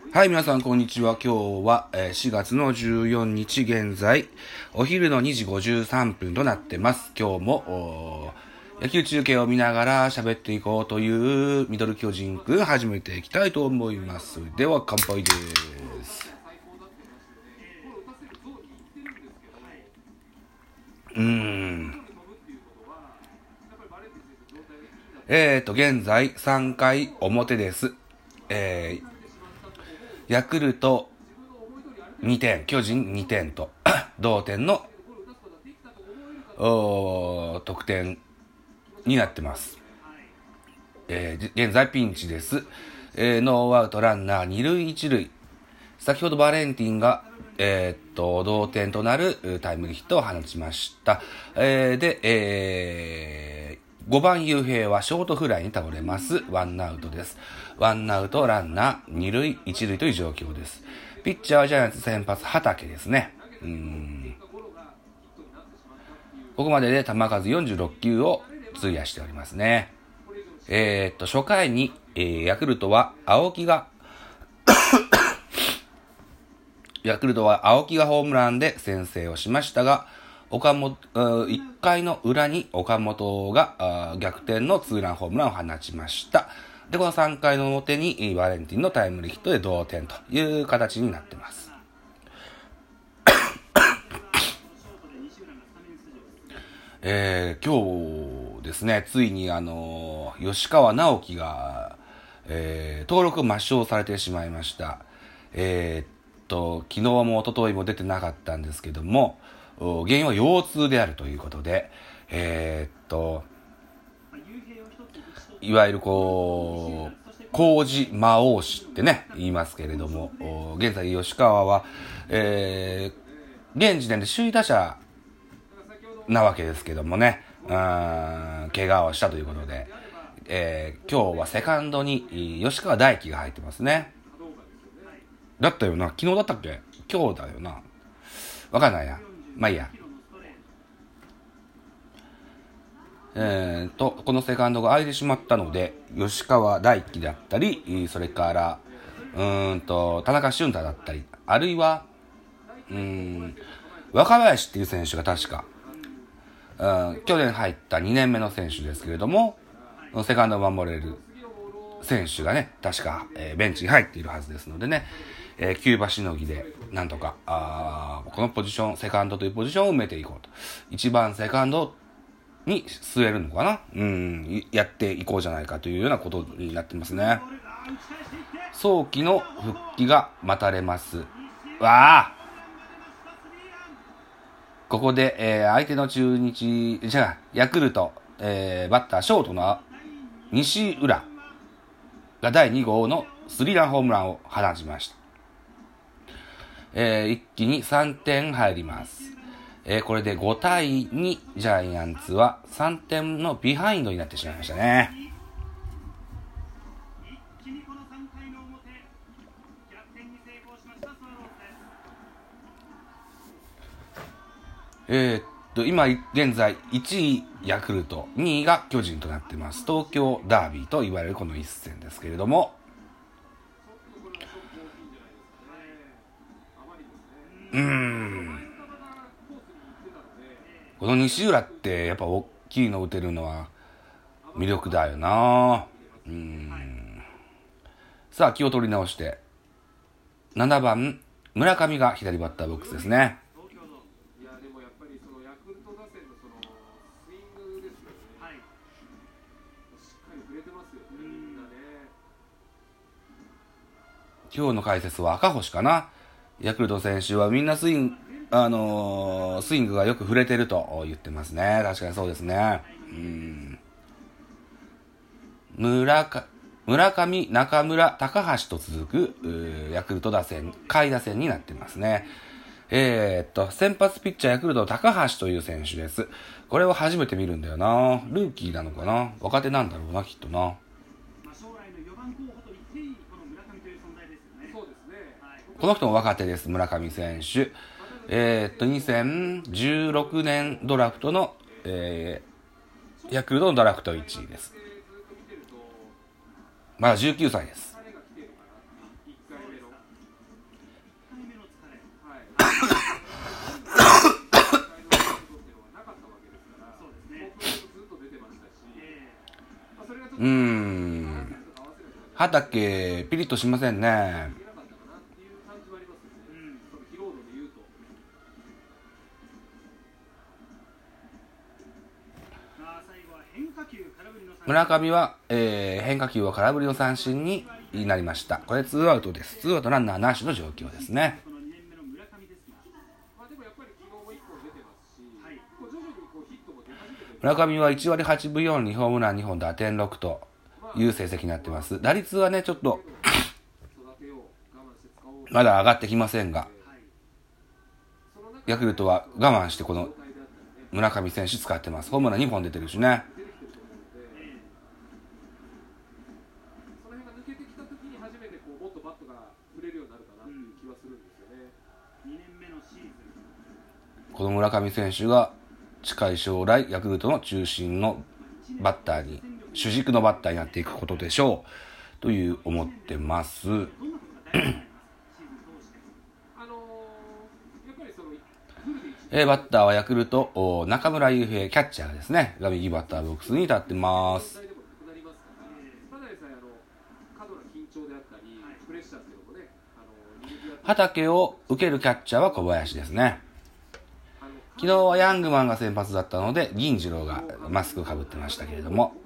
はい、皆さん、こんにちは。今日は4月の14日現在、お昼の2時53分となってます。今日も野球中継を見ながら喋っていこうというミドル巨人くん始めていきたいと思います。では、乾杯です。現在3回表です。ヤクルト2点、巨人2点と同点の得点になってます。現在ピンチです。ノーアウトランナー2塁1塁。先ほどバレンティンが、同点となるタイムリーヒットを放ちました。5番雄平はショートフライに倒れます。ワンアウトです。ワンアウトランナー2塁1塁という状況です。ピッチャーはジャイアンツ先発畠ですね。ここまでで球数46球を費やしておりますね。初回に、ヤクルトは青木がホームランで先制をしましたが、1回の裏に岡本が逆転のツーランホームランを放ちました。で、この3回の表にバレンティンのタイムリーヒットで同点という形になっています。今日ですね、ついに吉川尚輝が、登録抹消されてしまいました。昨日も一昨日も出てなかったんですけども、原因は腰痛であるということで、いわゆる麹魔王子ってね、言いますけれども、現在吉川は、現時点で首位打者なわけですけどもね、怪我をしたということで、今日はセカンドに吉川大輝が入ってますね。だったよな、昨日だったっけ？今日だよな。わかんないな。まあいいや。このセカンドが空いてしまったので、吉川大輝だったり、それから、田中俊太だったり、あるいは、若林っていう選手が確か、去年入った2年目の選手ですけれども、セカンドを守れる選手がね、確か、ベンチに入っているはずですのでね、キューバしのぎで、なんとか、このポジション、セカンドというポジションを埋めていこうと。一番セカンドに据えるのかな？やっていこうじゃないかというようなことになってますね。早期の復帰が待たれます。ここで、相手のヤクルト、バッターショートの西浦が第2号のスリーランホームランを放ちました。一気に3点入ります。これで5対2、ジャイアンツは3点のビハインドになってしまいましたね。今現在1位ヤクルト、2位が巨人となっています。東京ダービーと言われるこの一戦ですけれども、この西浦ってやっぱ大きいの打てるのは魅力だよな。さあ、気を取り直して7番村上が左バッターボックスですね。今日の解説は赤星かな。ヤクルト選手はみんなスイングがよく触れてると言ってますね。確かにそうですね。村上、中村、高橋と続くヤクルト打線、下位打線になってますね。先発ピッチャーヤクルト高橋という選手です。これを初めて見るんだよな。ルーキーなのかな、若手なんだろうな、きっとな。この人も若手です、村上選手。2016年ドラフトの、ヤクルトのドラフト1位です。まだ19歳です。 畑ピリッとしませんね。村上は、変化球は空振りの三振になりました。これツーアウトです。ツーアウトランナーなしの状況ですね。村上は1割8分4厘、ホームラン2本、打点6という成績になっています。打率はね、ちょっとまだ上がってきませんが、ヤクルトは我慢してこの村上選手使ってます。ホームラン2本出てるしね。この村上選手が近い将来ヤクルトの中心のバッターに、主軸のバッターになっていくことでしょうという思ってます。バッターはヤクルト中村悠平、キャッチャーですね、が右バッターボックスに立ってます。畑を受けるキャッチャーは小林ですね。昨日はヤングマンが先発だったので銀次郎がマスクをかぶってましたけれども、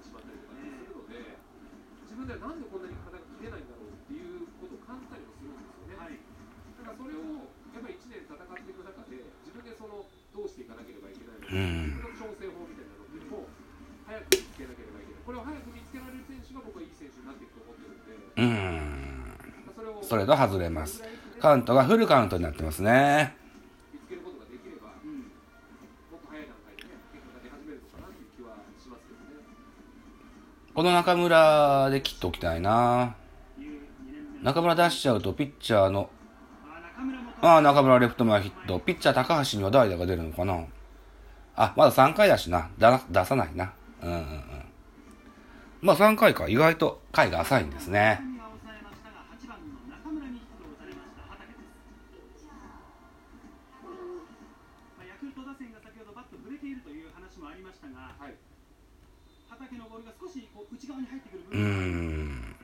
それと外れます。カウントがフルカウントになってますね。この中村で切っておきたいな。中村出しちゃうとピッチャーの中村レフト前ヒット、ピッチャー高橋には代打が出るのかな。まだ3回だしな、出さないな。まあ3回か、意外と回が浅いんですね。ヤクルト打線が先ほどバットぶれているという話もありましたが、畑のボールが少し内側に入ってくる部分、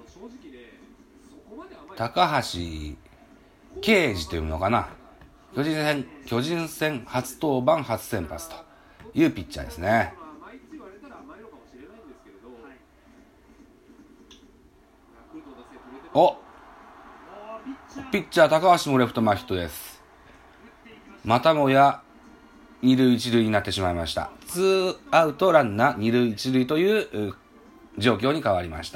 高橋奎二というのかな。巨人戦初登板初先発というピッチャーですね。ピッチャー高橋もレフト前ヒットです。またもや二塁一塁になってしまいました。ツーアウトランナー二塁一塁という状況に変わりました。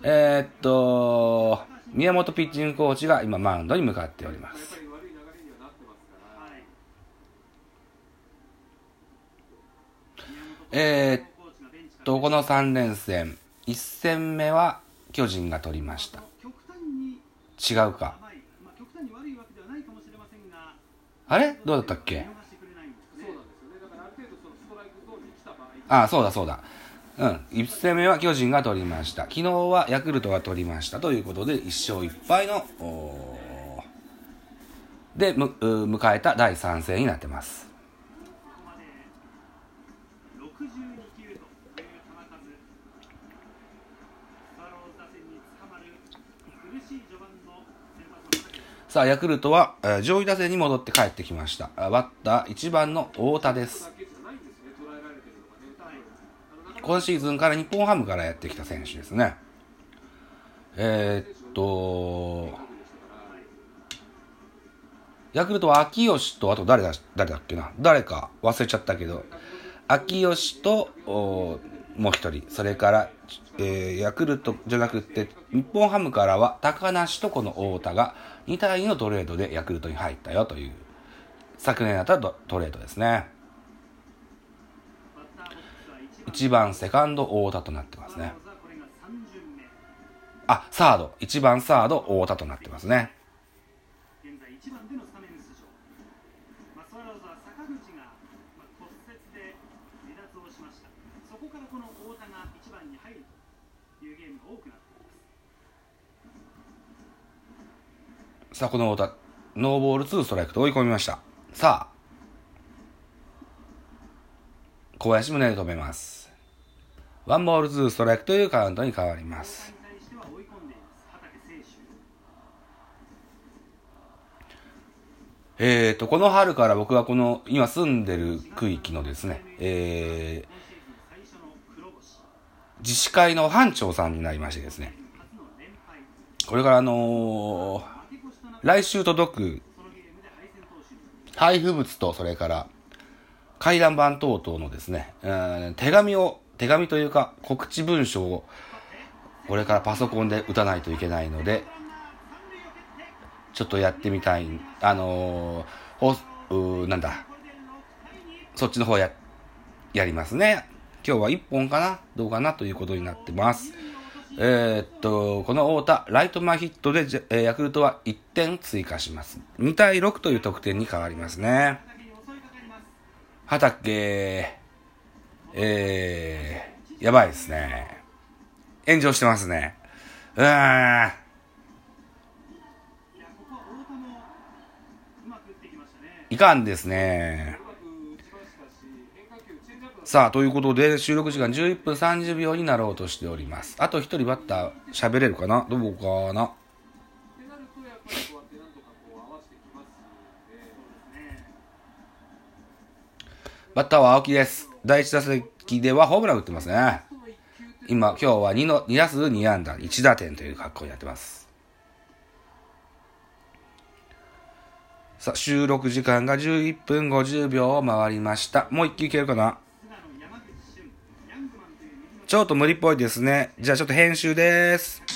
宮本ピッチングコーチが今マウンドに向かっております。この3連戦1戦目は巨人が取りました。違うか、あれどうだったっけ。そうだ。1戦目は巨人が取りました。昨日はヤクルトが取りましたということで1勝1敗ので迎えた第3戦になってます。さあヤクルトは上位打線に戻って帰ってきました。バッター1番の太田です。今シーズンから日本ハムからやってきた選手ですね。ヤクルトは秋吉と、あと誰だっけな、誰か忘れちゃったけど、秋吉ともう一人、それから、ヤクルトじゃなくて日本ハムからは高梨とこの太田が2対2のトレードでヤクルトに入ったよという昨年あったトレードですね。1番セカンド太田となってますね。1番サード太田となってますね。さあこの太田ノーボール2ストライクと追い込みました。さあ小林宗で止めます。ワンボール2ストライクというカウントに変わります。 この春から僕はこの今住んでる区域のですね、自治会の班長さんになりましてですね、これから来週届く配布物と、それから回覧板等々のですね、手紙というか告知文書をこれからパソコンで打たないといけないので、ちょっとやってみたい。そっちの方やりますね。今日は1本かなどうかなということになってます。この太田、ライト前ヒットで、ヤクルトは1点追加します。2対6という得点に変わりますね。畑、やばいですね。炎上してますね。いかんですね。さあ、ということで、収録時間11分30秒になろうとしております。あと一人バッター喋れるかなどうかな。バッターは青木です。第1打席ではホームラン打ってますね。今日は2打数2安打1打点という格好になってます。さあ、収録時間が11分50秒を回りました。もう一球いけるかな。ちょっと無理っぽいですね。じゃあちょっと編集です。